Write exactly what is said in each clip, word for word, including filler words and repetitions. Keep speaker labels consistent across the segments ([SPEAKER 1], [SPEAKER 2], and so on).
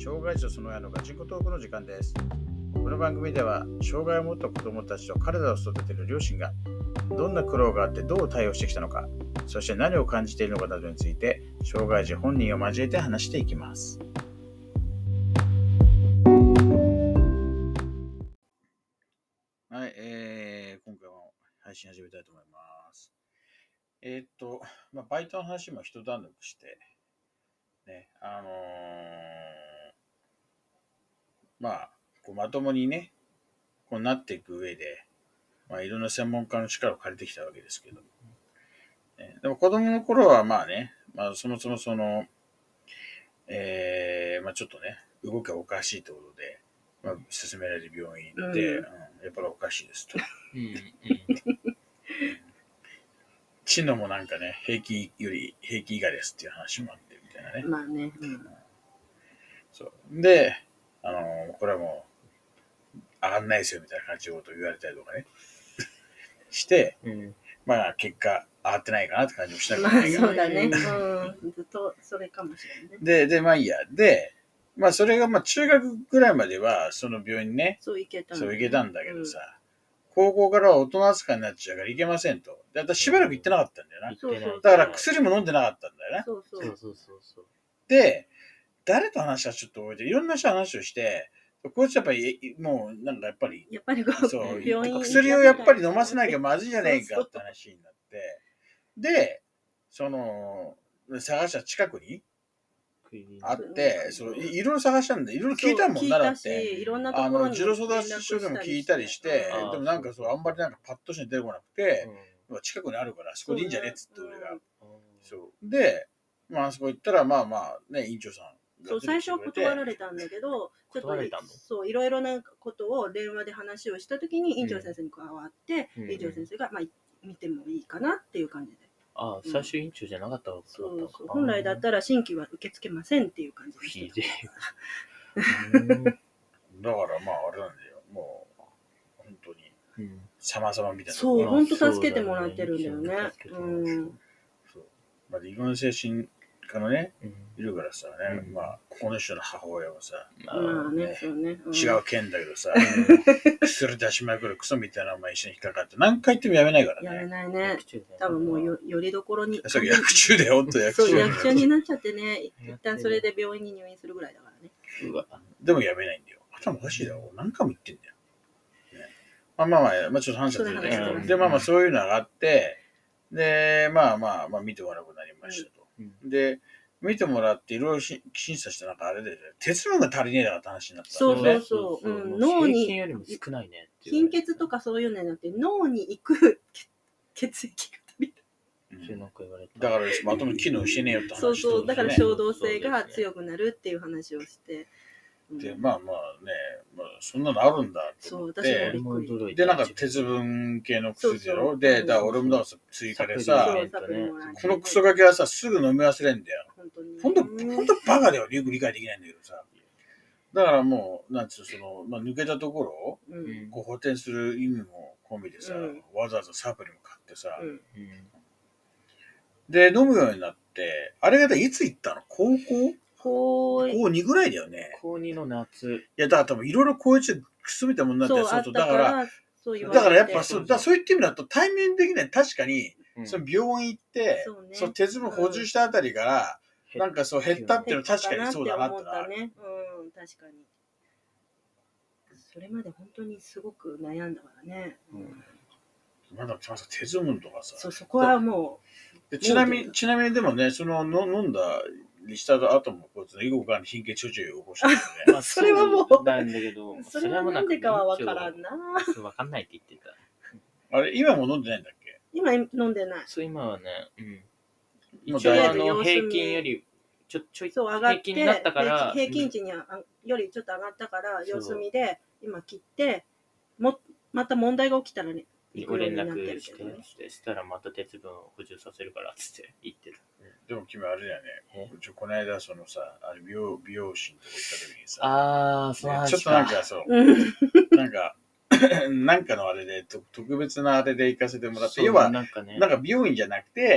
[SPEAKER 1] 障害児とその親のガチンコトークの時間です。この番組では障害を持った子どもたちと彼らを育てる両親がどんな苦労があってどう対応してきたのか、そして何を感じているのかなどについて障害児本人を交えて話していきます。はい、えー、今回も配信始めたいと思います。えー、っと、まあ、バイトの話も一段落して、ね、あのー、まあ、こうまともにね、こうなっていく上で、まあ、いろんな専門家の力を借りてきたわけですけど、ね、でも子供の頃はまあね、まあ、そもそもその、えー、まあちょっとね、動きがおかしいということで、まあ、勧められる病院で、うんうん、やっぱりおかしいですと。うんうん、知能もなんかね、平気より平気以下ですっていう話もあってみたいなね。
[SPEAKER 2] まあね。うん、
[SPEAKER 1] そうで、あのー、これはもう上がんないですよみたいな感じのことを言われたりとかねして、うん、まあ結果上がってないかなって感じもしなくてない
[SPEAKER 2] から、まあ、そうだね、うん、ずっとそれかもしれないね。
[SPEAKER 1] で、で、まあいいや。で、まあそれがまあ中学ぐらいまではその病院にね、
[SPEAKER 2] そう行けたんだ、ね、
[SPEAKER 1] そう行けたんだけどさ、うん、高校からは大人扱いになっちゃうから行けませんと。で、私しばらく行ってなかったんだよな。そうそう、だから薬も飲んでなかったんだよね。
[SPEAKER 2] そうそうそう
[SPEAKER 1] そう。で、誰と話したらちょっと覚えて、いろんな人話をして、こいつやっぱりもうなんかやっぱり、
[SPEAKER 2] やっぱり
[SPEAKER 1] そう病院薬をやっぱり飲ませなきゃまずいじゃねえかって話になって、で、その探した近くにあって、そういろいろ探したんで、いろいろ聞いたもんならって、
[SPEAKER 2] いろんなところに
[SPEAKER 1] 児童相談所でも聞いたりして、でもなんかそうあんまりなんかパッとして出てこなくて、うん、近くにあるからそこでいいんじゃねっつって俺が、そうで、まああそこ行ったらまあまあね院長さん。
[SPEAKER 2] そう最初は断られたんだけど、ちょっとそういろいろなことを電話で話をしたときに院長先生に加わって、うん、院長先生がまあ見てもいいかなっていう感じで。
[SPEAKER 3] ああ、最初院長じゃなかったわけだった
[SPEAKER 2] そうそう。本来だったら新規は受け付けませんっていう感じでした。
[SPEAKER 1] だからまああれなんだよ、もう本当に様々みたいな。
[SPEAKER 2] そう、本当助けてもらってるんだよね。うん。
[SPEAKER 1] そう。まあいろんな精神科のね、いるからさね、まあこの人の母親はさ、
[SPEAKER 2] まあね、そうね。
[SPEAKER 1] 違う県だけどさ、薬出しまくるクソみたいなお前一緒に引っかかって何回言ってもやめないからね。
[SPEAKER 2] やめないね。多分もうよよりどころに。
[SPEAKER 1] そう薬中で本当薬中。
[SPEAKER 2] そう薬中になっちゃってね、一旦それで病院に入院するぐらいだからね。
[SPEAKER 1] うわ。でもやめないんだよ。頭おかしいだろ。何回も言ってんだよ。ね、まあまあまあ、まあちょっと話はずれたけど、でまあまあそういうのがあって、でまあまあまあ見てもらうことになりましたと。うん、で。見てもらっていろいろ審査した中あれで鉄分が足りねえだからって話になったん
[SPEAKER 2] だよね。そうそうそう。うん、脳に
[SPEAKER 3] 平均よりも少ないね。
[SPEAKER 2] 貧血とかそういうのになって脳に行く血液が足り
[SPEAKER 3] ない。うん、なんか言われた。
[SPEAKER 1] だからまともに機能してねえよって話、ね。
[SPEAKER 2] そうそう。だから衝動性が強くなるっていう話をして。
[SPEAKER 1] でまあまあね、まあ、そんなのあるんだって思って、そうでなんか鉄分系の薬だろ。でだから俺もだから追加でさ、このクソガキはさすぐ飲み忘れんだよ。本当本当バカだよ。よく理解できないんだけどさ。だからもうなんつうそのまあ抜けたところを、うん、こう補填する意味も込みでさ、うん、わざわざサプリも買ってさ、うん、で飲むようになってあれがいつ行ったの？高校？高にぐらいだよね。
[SPEAKER 3] 高にの夏。
[SPEAKER 1] いやだから多分いろいろ高いちクソみたいなもんになってそうそうだからだからやっぱそうだそういった意味だとタイミング的には確かに、うん、その病院行って、そうね、その鉄分補充したあたりから、うん、なんかそう減ったっていうのは確かにそうだなってな。
[SPEAKER 2] ね、うん確かに。それまで本当にすごく悩んだからね。うん、
[SPEAKER 1] まだ鉄分とかさ。
[SPEAKER 2] そうそこはも
[SPEAKER 1] う。ちなみにちなみにでもねそのの飲んだリした後もこいつの以後から貧血症状を起こしたんだよね。
[SPEAKER 2] まあそれはもう
[SPEAKER 3] なんだけど、
[SPEAKER 2] それはなんでかは分からんな。
[SPEAKER 3] 分かんないって言ってた。
[SPEAKER 1] あれ今も飲んでないんだっけ？
[SPEAKER 2] 今飲んでない。
[SPEAKER 3] そう今はね、うん。一応あの平均よりちょちょい平均になったから
[SPEAKER 2] 平均値によりちょっと上がったから様子見で今切ってもまた問題が起きたらね。
[SPEAKER 3] ご連絡して、してしたらまた鉄分を補充させるからって言ってる。
[SPEAKER 1] でも君あれだよね。ちょこの間そのさ、あれ美容美容師のとこ行った時にさ、
[SPEAKER 3] ああ、そう、
[SPEAKER 1] ね、ちょっとなんかそう、なんかなんかのあれで特別なあれで行かせてもらって、要はなんか、ね、なんか美容院じゃなくて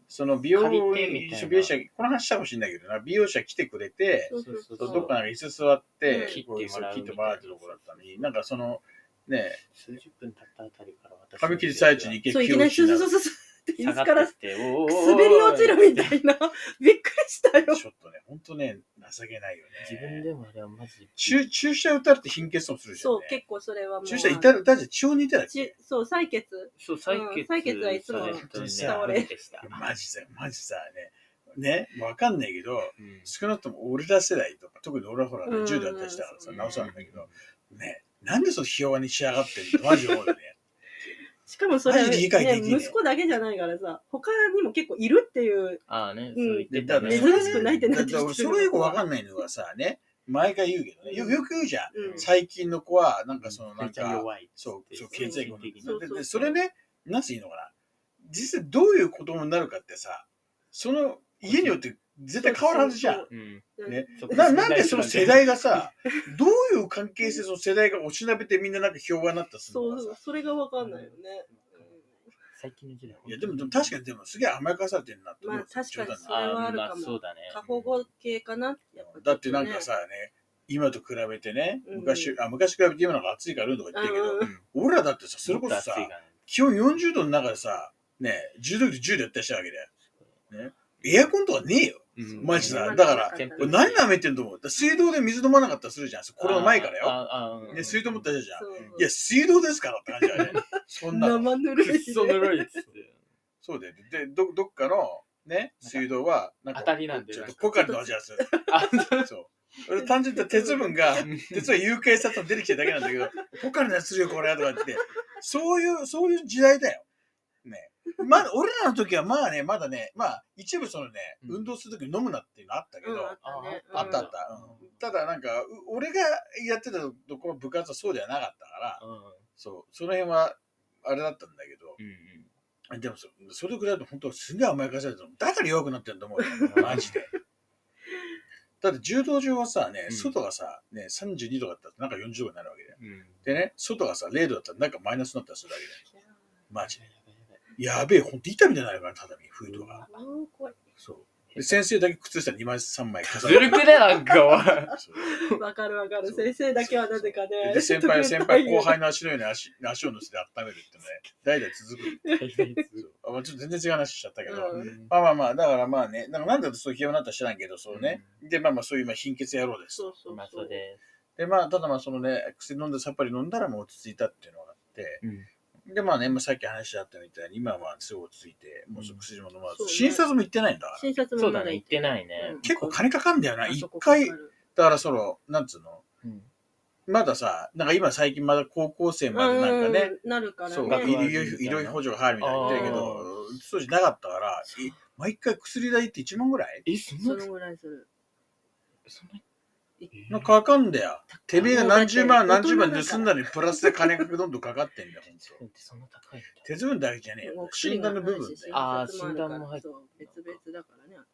[SPEAKER 1] その美容美容師、この話したかもしれないけどな、美容師が来てくれて、どっかなんか椅子座って、切ってもらうってところだったのに、なんかその、ね、
[SPEAKER 3] 数十分経ったあたりから私
[SPEAKER 1] 髪切り最中に
[SPEAKER 2] そう、いきなりスススススって
[SPEAKER 3] 下
[SPEAKER 2] 椅子から
[SPEAKER 3] がってって、
[SPEAKER 2] 滑り落ちるみたいな。びっくりしたよ。
[SPEAKER 1] ちょっとね、ほんとね、情けないよね。
[SPEAKER 3] 自分でもあれはマジ
[SPEAKER 1] 注注射打たれて貧血もするじゃん、ね。
[SPEAKER 2] そう、結構それはもう。
[SPEAKER 1] 注射打たれて血を抜いてたっけ？
[SPEAKER 2] そう、採血。
[SPEAKER 3] そう、採血。
[SPEAKER 2] 採血はいつも
[SPEAKER 1] 倒れでした。マジさ、マジさ、ね。ね、わかんないけど、少なくとも俺ら世代とか、特に俺はほら、銃であったりしたからさ、なおさらなんだけど、ね、なんでそのひ弱に仕上がってるのマジで思うよね。
[SPEAKER 2] しかもそれ、ね、息子だけじゃないからさ、他にも結構いるっていう。
[SPEAKER 3] ああね、
[SPEAKER 2] そう言ってたね。珍しくないってなってきてる。
[SPEAKER 1] それよくわかんないのがさ、ね、毎回言うけどね、よく言うじゃん。最近の子は、なんかその、なんか、そう、そう、経済的に。で、それね、なんていいのかな。実際どういう子供になるかってさ、その家によって絶対変わるはずじゃん。ね、な, なんでその世代がさ、どういう関係性その世代がおしなべてみんななんか評判になったするのかさ。
[SPEAKER 2] そう、それがわかんないよね。
[SPEAKER 3] 最近の時代。
[SPEAKER 1] いやでもでも確かにでもすげえ甘やかされてるなって思う。
[SPEAKER 2] まあ確かにそれはあるかも。
[SPEAKER 3] そうだね。
[SPEAKER 2] 過保護系かな。
[SPEAKER 1] やっぱだってなんかさね、今と比べてね、昔、あ昔比べて今の方が暑いからうんとか言ってるけど、俺らだってさ、それこそさ、気温よんじゅうどの中でさ、ね、じゅうどでじゅうどやったりしたわけだよ。ね。エアコンとかねえよ。マジだ。だから、何舐めてんと思う。水道で水飲まなかったらするじゃん。これの前からよ。ね、水道持ったじゃん。いや、水道ですからって感じだね。そんな。
[SPEAKER 2] 生ぬるい。
[SPEAKER 3] そぬるいっつって。
[SPEAKER 1] そうで、で、ど、どっかの、ね、水道は、
[SPEAKER 3] なんか、当たりなんで。
[SPEAKER 1] ちょっとポカリの味がする。そう。俺単純に鉄分が、鉄は誘拐さと出てきてるだけなんだけど、ポカリのやつするよ、これ、とか言って。そういう、そういう時代だよ。ね。まだ、俺らの時はまあね、まだね、まあ、一部そのね、運動するときに飲むなっていうのあったけど、あったあった。ただなんか、俺がやってたところ部活はそうではなかったから、そう、その辺は、あれだったんだけど、でもそ、それくらいだと本当すげえ甘やかされてるの。だから弱くなってると思うよ。マジで。だって柔道場はさ、ね、外がさ、ね、さんじゅうにどだったらなんかよんじゅうどになるわけだよ。でね、外がさ、れいどだったらなんかマイナスになったりするわけだよ。マジで。やべえ、ほんと痛みじゃないから、畳、フードが。そう。で、先生だけ靴下にまいさんまい重ね
[SPEAKER 3] て。ずるくね、なんかわ
[SPEAKER 2] かるわかる。先生だけはなぜかね。
[SPEAKER 1] で、先輩、先輩後輩の足のように足足を乗せて温めるってね、代々続く。あ、まあ、ちょっと全然違う話しちゃったけど。まあまあまあ、だからまあね、なんかなんだとそういう気温になったら知らんけど、そうね。で、まあまあそういうまあ貧血野郎です。
[SPEAKER 2] そうそうそう。
[SPEAKER 1] で、まあ、ただまあそのね、薬飲んでさっぱり飲んだらもう落ち着いたっていうのがあって、で、まあね、さっき話し合ったみたいに、今はすぐ落ち着いて、もう薬も飲まず、診察も行ってないんだから。
[SPEAKER 2] 診察も
[SPEAKER 3] そうだね、行ってないね。
[SPEAKER 1] 結構金かかんだよな、一回。だからその、なんつうの、まださ、なんか今最近まだ高校生までなんかね、
[SPEAKER 2] なるからね。
[SPEAKER 1] そう、医療費補助が入るみたいな言ってるけど、当時なかったから、毎回薬代っていちまんぐらい？
[SPEAKER 3] え、そ
[SPEAKER 2] のぐらいする。
[SPEAKER 3] そんな
[SPEAKER 1] なんかかかんだよ。てめえが何十万何十万盗んだのにプラスで金がどんどんかかってんだよ、ほんと。
[SPEAKER 3] そんな高いんだ。
[SPEAKER 1] 鉄分だけじゃねえよ。診断の部分で。
[SPEAKER 2] ああ、診断も入ってる。別々だからね。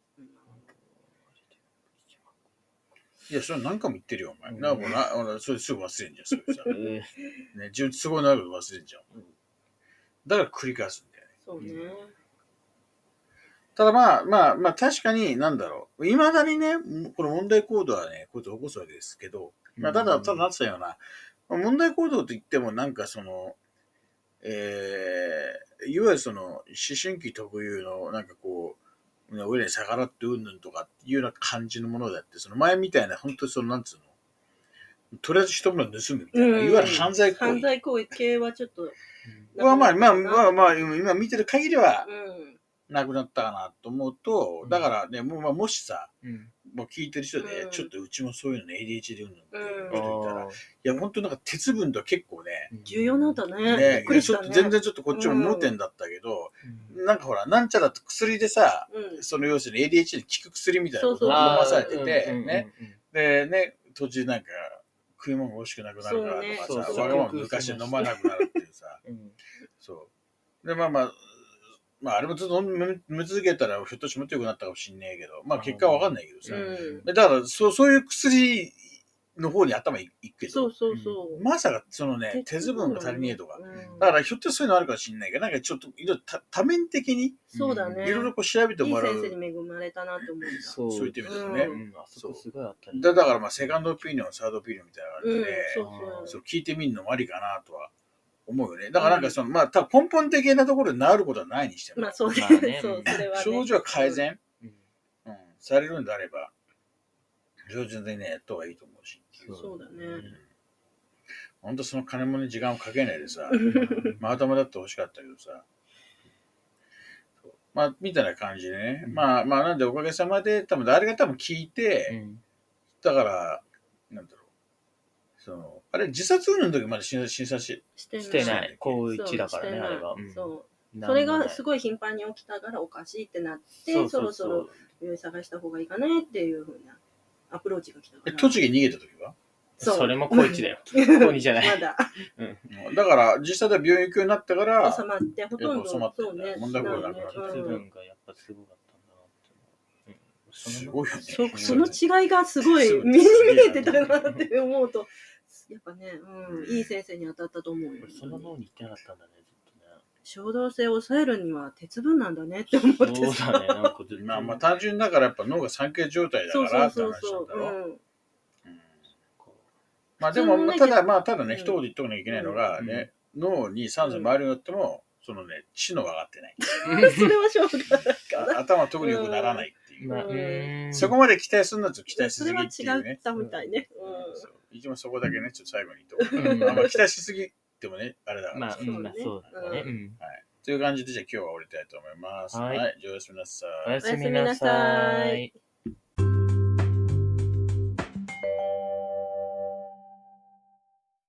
[SPEAKER 1] いや、それ何回も言ってるよ、お前。な、もうな、俺、それすぐ忘れんじゃん、それさ。ね、自分都合のある忘れんじゃん。だから繰り返すんだよね。
[SPEAKER 2] そうね。た
[SPEAKER 1] だまあまあまあ確かになんだろう。未だにね、この問題行動はね、こうやって起こすわけですけど、まあただ、ただなってたような、問題行動といってもなんかその、えー、いわゆるその、思春期特有のなんかこう、俺らに逆らってうんぬんとかっていうような感じのものだって、その前みたいな、本当にその、なんつうの、とりあえず人物盗むみたいな、いわゆる犯罪行為。
[SPEAKER 2] 犯罪行為系はちょっと。
[SPEAKER 1] まあまあまあまあまあ、今見てる限りは、なくなったかなと思うと、だからね、もうまあ、もしさ、うん、もう聞いてる人で、うん、ちょっとうちもそういうのね、エーディーエイチディー うんぬんっていう人いたら、うん、いや、本当なんか鉄分とは結構ね、
[SPEAKER 2] 重要なんだね。
[SPEAKER 1] ね、ね、ちょっと全然ちょっとこっちも盲点だったけど、うん、なんかほら、なんちゃらと薬でさ、うん、その要するに エーディーエイチディー に効く薬みたいなことを飲まされてて、ね、で、ね、途中なんか、食い物が美味しくなくなるからとかさ、わがまま昔飲まなくなるっていうさ、うん、そう。で、まあまあ、まあ、あれもずっと飲み続けたら、ひょっとしてもっと良くなったかもしんねえけど、まあ、結果はわかんないけどさ。うん、だから、そう、そういう薬の方に頭いくけど、
[SPEAKER 2] そうそうそう。
[SPEAKER 1] まさかそのね、鉄分が足りねえとか。だからひょっとそういうのあるかもしれないけど、なんかちょっといろいろ多面的に、
[SPEAKER 2] そうだね。
[SPEAKER 1] いろいろこう調べてもらう。
[SPEAKER 2] いい先生に恵まれたなと思った。
[SPEAKER 1] そう言ってみたらね。
[SPEAKER 3] そう。すごいあったね。
[SPEAKER 1] だからまあセカンドオピニオン、サードオピニオンみたいな感じで、そう聞いてみるのもありかなとは思うよね。だからなんかその、まあ多分根本的なところで治ることはないにしても、
[SPEAKER 2] まあそうね。そうそれは
[SPEAKER 1] 症状改善されるんであれば、上手にね、やった方がいいと思うし。
[SPEAKER 2] そうだね。
[SPEAKER 1] 本当その金もね、時間をかけないでさ、まあ頭だって欲しかったけどさ、まあ、みたいな感じでね。まあ、まあ、なんでおかげさまで、多分誰が多分聞いて、だから、なんだろう。その、あれ、自殺の時まで審査し、
[SPEAKER 3] してない。高一だからね、あれは。
[SPEAKER 2] そう。それがすごい頻繁に起きたからおかしいってなって、そろそろ探した方がいいかねっていうふうなアプローチが来たから。
[SPEAKER 1] え、栃木逃げた時は
[SPEAKER 3] それも高一だよ。高二じゃない。
[SPEAKER 2] まだ。
[SPEAKER 1] だから、実際で病院行くようになってから、
[SPEAKER 2] 収まって、ほとんど
[SPEAKER 1] 収まってね。問題なくなった。
[SPEAKER 3] 鉄分がやっぱすごかったんだなって。
[SPEAKER 1] すごいよね。
[SPEAKER 2] その違いがすごい目に見えてたなって思うと、やっぱね、うん、いい先生に当たったと思うよ。
[SPEAKER 3] その脳に行ってなかったんだね、ずっとね。
[SPEAKER 2] 衝動性を抑えるには鉄分なんだねって思って
[SPEAKER 3] さ。そうだね、なんか
[SPEAKER 1] まあまあ単純だからやっぱ脳が酸欠状態だからって話なんだろ。まあでも、ただまあただね、一言言っとかなきゃいけないのがね、脳に酸素回りによっても、そのね、知能が上がってない。
[SPEAKER 2] それはしょうがないかな。
[SPEAKER 1] 頭特に良くならないっていう。そこまで期待するのと期待しすぎっていうね。
[SPEAKER 2] それは違ったみたいね。
[SPEAKER 1] 一応そこだけね、ちょっと最後に言っとく。あんま期待しすぎてもね、あれだから。
[SPEAKER 3] まあ、そうだね。
[SPEAKER 1] はい。という感じで、じゃあ今日は終わりたいと思います。はい。じゃあおやすみなさい。
[SPEAKER 3] おやすみなさい。